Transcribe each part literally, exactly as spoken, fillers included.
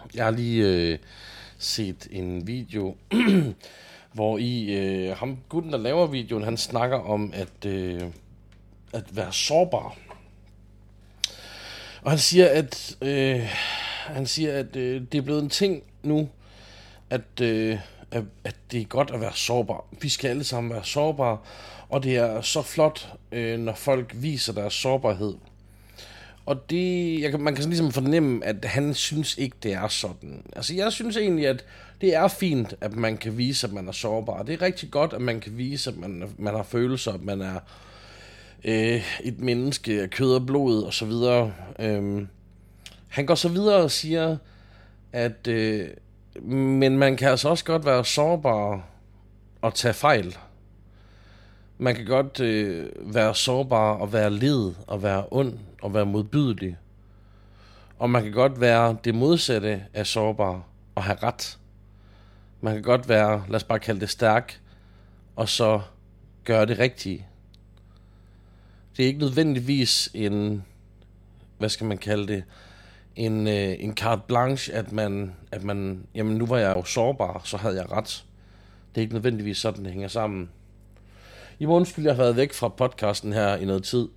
Jeg har lige øh, set en video, hvor i øh, ham gutten, der laver videoen, han snakker om at, øh, at være sårbar. Og han siger, at, øh, han siger, at øh, det er blevet en ting nu, at, øh, at, at det er godt at være sårbar. Vi skal alle sammen være sårbare, og det er så flot, øh, når folk viser deres sårbarhed. Og det, jeg kan, man kan sådan ligesom fornemme, at han synes ikke, det er sådan. Altså, jeg synes egentlig, at det er fint, at man kan vise, at man er sårbar. Det er rigtig godt, at man kan vise, at man, man har følelser, at man er øh, et menneske af kød og blod, og så videre. Øhm, han går så videre og siger, at øh, men man kan altså også godt være sårbar og tage fejl. Man kan godt øh, være sårbar og være led og være ond og være modbydelig. Og man kan godt være det modsatte af sårbar og have ret. Man kan godt være, lad os bare kalde det stærk, og så gøre det rigtige. Det er ikke nødvendigvis en, hvad skal man kalde det, en, øh, en carte blanche, at man, at man, jamen nu var jeg jo sårbar, så havde jeg ret. Det er ikke nødvendigvis sådan, det hænger sammen. I må undskylde, jeg har været væk fra podcasten her i noget tid.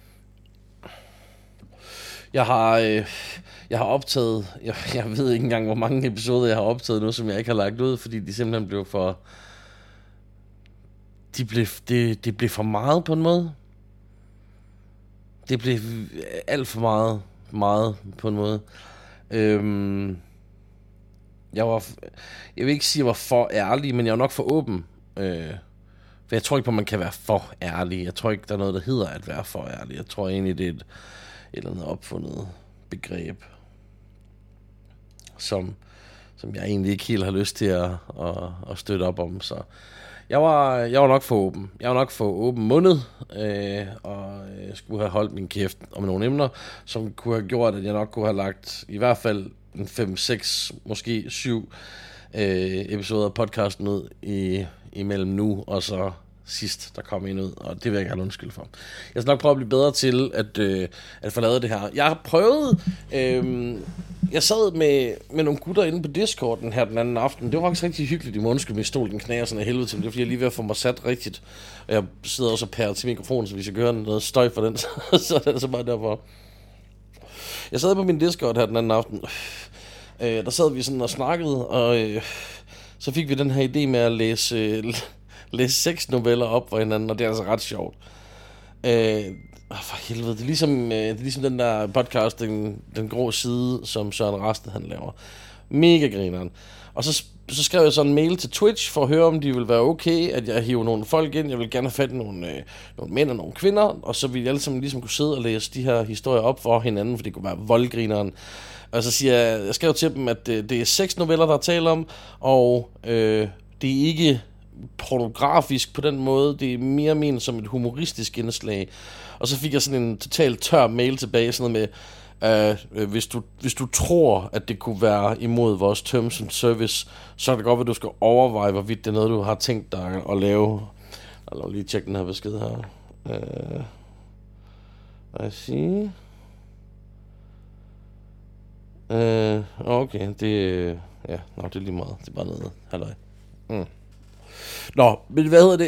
Jeg har, øh, jeg har optaget, jeg, jeg ved ikke engang, hvor mange episoder jeg har optaget nu, som jeg ikke har lagt ud, fordi de simpelthen blev for, de blev, det, det blev for meget på en måde. Det blev alt for meget, meget på en måde. Øhm, jeg var, jeg vil ikke sige, at jeg var for ærlig, men jeg var nok for åben. Øh, For jeg tror ikke på, at man kan være for ærlig. Jeg tror ikke, der er noget, der hedder at være for ærlig. Jeg tror egentlig, det er et, et eller andet opfundet begreb, som, som jeg egentlig ikke helt har lyst til at, at, at støtte op om. Så jeg var, jeg var nok for åben. Jeg var nok for åben mundet, øh, og jeg skulle have holdt min kæft om nogle emner, som kunne have gjort, at jeg nok kunne have lagt i hvert fald en fem, seks, måske syv øh, episoder af podcasten ud i imellem nu og så sidst, der kom en ud, og det vil jeg gerne undskylde for. Jeg skal nok prøve at blive bedre til at, øh, at få lavet det her. Jeg har prøvet, øh, jeg sad med, med nogle gutter inde på Discorden her den anden aften. Det var faktisk rigtig hyggeligt. De må undskylde, min stol den knager sådan af helvede til. Det er fordi, jeg lige ved at få mig sat rigtigt. Og jeg sidder også og pærer til mikrofonen, så hvis jeg gør noget støj for den, så, så er det altså bare derfor. Jeg sad på min Discord her den anden aften. Øh, der sad vi sådan og snakkede, og øh, så fik vi den her idé med at læse, øh, læse seks noveller op for hinanden, og det er altså ret sjovt. Øh, for helvede, det er, ligesom, øh, det er ligesom den der podcast, den, den grå side, som Søren Rasted han laver. Mega grineren. Og så, så skrev jeg sådan en mail til Twitch for at høre, om de ville være okay, at jeg hiver nogle folk ind. Jeg vil gerne have fat i nogle, øh, nogle mænd og nogle kvinder, og så ville jeg alle sammen ligesom kunne sidde og læse de her historier op for hinanden, for det kunne være voldgrineren. Og så siger jeg, jeg skrev til dem, at det, det er seks noveller, der er tale om, og øh, det er ikke pornografisk på den måde, det er mere ment som et humoristisk indslag. Og så fik jeg sådan en totalt tør mail tilbage, sådan noget med, øh, hvis, du, hvis du tror, at det kunne være imod vores terms and service, så er det godt, at du skal overveje, hvorvidt det er noget, du har tænkt dig at lave. Lad lige tjekke den her besked her. Øh, hvad jeg sige? Øh, okay, det, ja, nå, det er lige meget, det er bare noget, halløj. Mm. Nå, men hvad hedder det?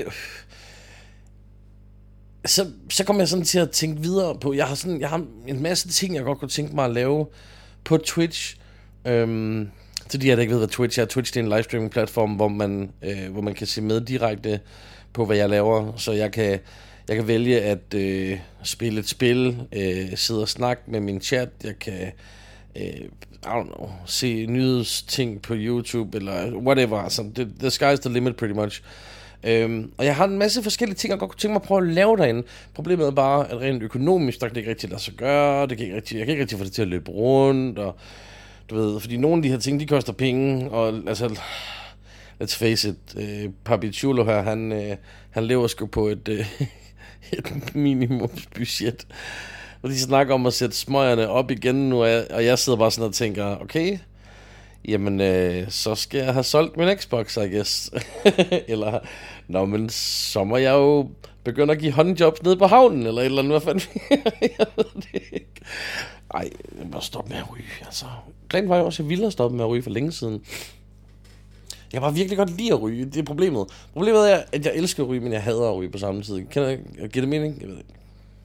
Så, så kommer jeg sådan til at tænke videre på, jeg har sådan, jeg har en masse ting, jeg godt kunne tænke mig at lave på Twitch. Øhm, til de her, der ikke ved, hvad Twitch er. Twitch, det er en livestreaming platform, hvor man, øh, hvor man kan se med direkte på, hvad jeg laver. Så jeg kan, jeg kan vælge at øh, spille et spil, øh, sidde og snakke med min chat, jeg kan Uh, I don't know, se nyhedsting på YouTube, eller whatever, altså, the, the sky's the limit pretty much. Um, og jeg har en masse forskellige ting, jeg godt kunne tænke mig at prøve at lave derinde. Problemet er bare, at rent økonomisk, der kan det ikke rigtig lade sig gøre, det kan ikke rigtig, jeg kan ikke rigtig få det til at løbe rundt, og du ved, fordi nogle af de her ting, de koster penge, og altså, let's face it, uh, Papi Chulo her, han, uh, han lever sgu på et, uh, et minimumsbudget. Og de snakker om at sætte smøgerne op igen nu, og jeg, og jeg sidder bare sådan og tænker, okay, jamen, øh, så skal jeg have solgt min Xbox, I guess. Eller, nå, men så må jeg jo begynde at give håndjobs nede på havnen, eller et eller andet, hvad fanden. Jeg ved det ikke. Ej, jeg må stoppe med at ryge, altså. Rent var jeg også, jeg ville have stoppet med at ryge for længe siden. Jeg var virkelig godt lide at ryge, det er problemet. Problemet er, at jeg elsker at ryge, men jeg hader at ryge på samme tid. Kan jeg give det mening? Jeg ved ikke.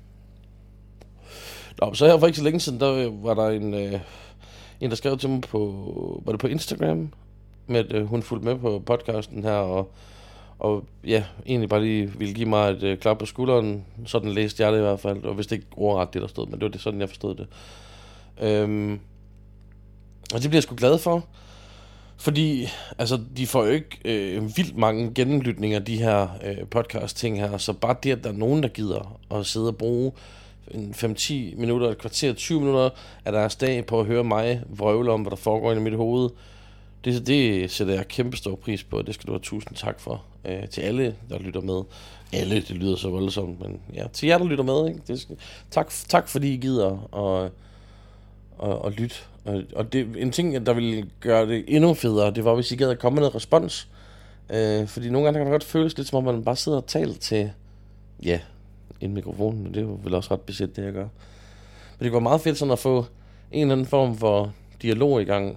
Nå, så her for ikke så længe siden, der var der en, øh, en der skrev til mig på, var det på Instagram, med at øh, hun fulgte med på podcasten her, og, og ja, egentlig bare lige ville give mig et øh, klap på skulderen. Sådan læste jeg det i hvert fald, og hvis det ikke ordret det, der stod, men det var det, sådan, jeg forstod det. Øhm, og det bliver jeg sgu glad for. Fordi, altså, de får jo ikke øh, vildt mange gennemlytninger, de her øh, podcast-ting her, så bare det, at der er nogen, der gider at sidde og bruge fem til ti minutter, et kvarter, tyve minutter af deres dag på at høre mig vrøvle om, hvad der foregår inde i mit hoved, det, det sætter jeg kæmpe stor pris på, det skal du have tusind tak for, øh, til alle, der lytter med. Alle, det lyder så voldsomt, men ja, til jer, der lytter med, ikke? Det skal, tak, tak fordi I gider at, at, at lytte. Og, og det, en ting, der ville gøre det endnu federe, det var, hvis I gad at komme med noget respons. Øh, fordi nogle gange kan det godt føles lidt, som om man bare sidder og taler til, ja, en mikrofon. Det er jo vel også ret besæt, det jeg gør. Men det går meget fedt sådan at få en eller anden form for dialog i gang.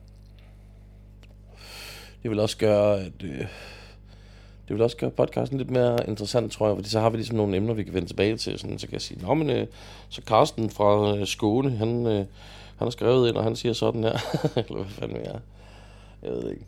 Det vil også gøre, at, øh, det vil også gøre podcasten lidt mere interessant, tror jeg, fordi så har vi ligesom nogle emner, vi kan vende tilbage til. Sådan, så kan jeg sige, nå, men øh, så Carsten fra øh, Skåne, han... Øh, Han har skrevet ind, og han siger sådan her. Eller hvad fanden er. Jeg ved ikke.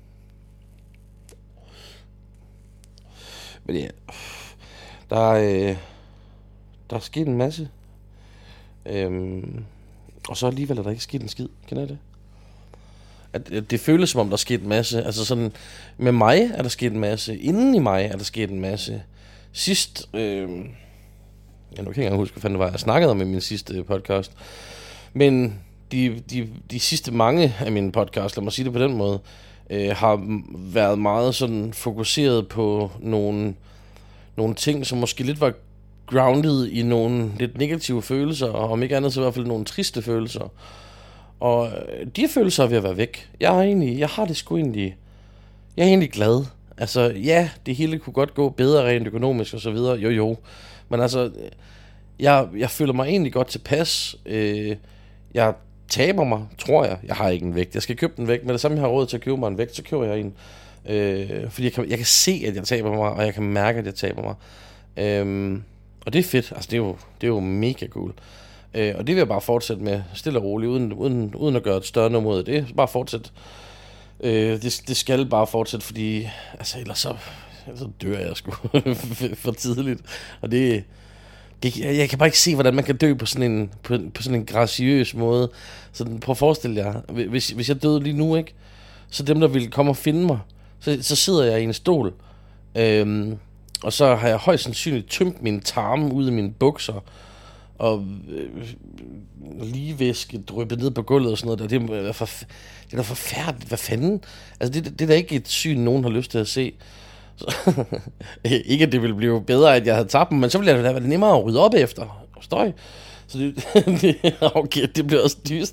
Men ja. Der er, øh, der er sket en masse. Øhm, og så alligevel er der ikke sket en skid. Kender I det? At, at det føles som om, der er sket en masse. Altså sådan, med mig er der sket en masse. Inden i mig er der sket en masse. Sidst... Øh, jeg nu kan ikke engang huske, hvad fanden det var, jeg snakkede om i min sidste podcast. Men de, de, de sidste mange af mine podcasts, lad mig sige det på den måde, øh, har været meget sådan fokuseret på nogle, nogle ting, som måske lidt var grounded i nogle lidt negative følelser, og om ikke andet så i hvert fald nogle triste følelser. Og de følelser er ved at være væk. Jeg har egentlig, jeg har det sgu egentlig, jeg er egentlig glad. Altså ja, det hele kunne godt gå bedre rent økonomisk og så videre, jo jo. Men altså, jeg, jeg føler mig egentlig godt tilpas. Øh, jeg taber mig, tror jeg. Jeg har ikke en vægt. Jeg skal købe den vægt. Men det samme, jeg har råd til at købe mig en vægt, så køber jeg en. Øh, fordi jeg kan, jeg kan se, at jeg taber mig, og jeg kan mærke, at jeg taber mig. Øh, og det er fedt. Altså, det er jo, det er jo mega cool. Øh, og det vil jeg bare fortsætte med, stille og roligt, uden, uden, uden at gøre et større nummer ud af det. Bare fortsætte. Øh, det, det skal bare fortsætte, fordi altså, ellers så, så dør jeg sgu for tidligt. Og det... Det, jeg kan bare ikke se, hvordan man kan dø på sådan en, på, på sådan en graciøs måde. Så prøv at forestille jer, hvis, hvis jeg døde lige nu, ikke, så dem, der ville komme og finde mig, så, så sidder jeg i en stol, øhm, og så har jeg højst sandsynligt tømt min tarme ud af mine bukser, og øh, ligevæske dryppet ned på gulvet og sådan noget der. Det er, for, det er da forfærdeligt. Hvad fanden? Altså, det, det er da ikke et syn, nogen har lyst til at se. Så, ikke at det ville blive bedre, at jeg havde tabt dem, men så ville det da være nemmere at rydde op efter. Støj. Så det, det, okay, det bliver også dyst.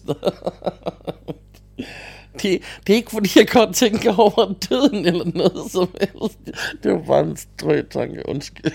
det, det er ikke fordi, jeg godt tænker over døden eller noget som helst. Det var bare en strøg tanke, undskyld.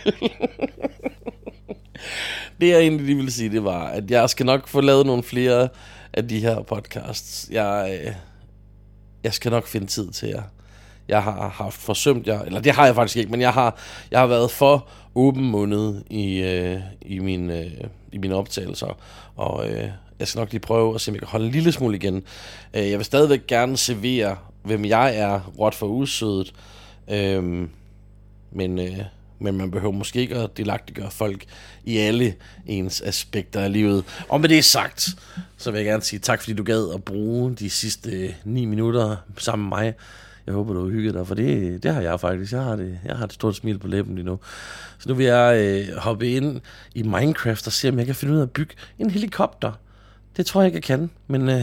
Det jeg egentlig lige ville sige, det var, at jeg skal nok få lavet nogle flere af de her podcasts. Jeg, jeg skal nok finde tid til jer. Jeg har haft forsømt jer, eller det har jeg faktisk ikke, men jeg har, jeg har været for åbenmundet i, øh, i, min, øh, i mine optagelser, og øh, jeg skal nok lige prøve at se, om jeg kan holde en lille smule igen. Øh, jeg vil stadigvæk gerne servere, hvem jeg er, råt for usødet, øh, men, øh, men man behøver måske ikke at delagtiggøre folk i alle ens aspekter af livet. Og med det sagt, så vil jeg gerne sige tak, fordi du gad at bruge de sidste ni minutter sammen med mig. Jeg håber, du har hygget dig, for det, det har jeg faktisk. Jeg har, det, jeg har et stort smil på læben lige nu. Så nu vil jeg øh, hoppe ind i Minecraft og se, om jeg kan finde ud af at bygge en helikopter. Det tror jeg ikke, jeg kan, men... Øh,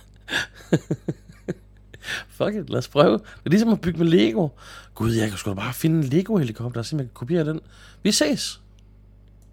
fuck it, lad os prøve. Det er ligesom at bygge med Lego. Gud, jeg kan sgu da bare finde en Lego-helikopter og se, om jeg kan kopiere den. Vi ses!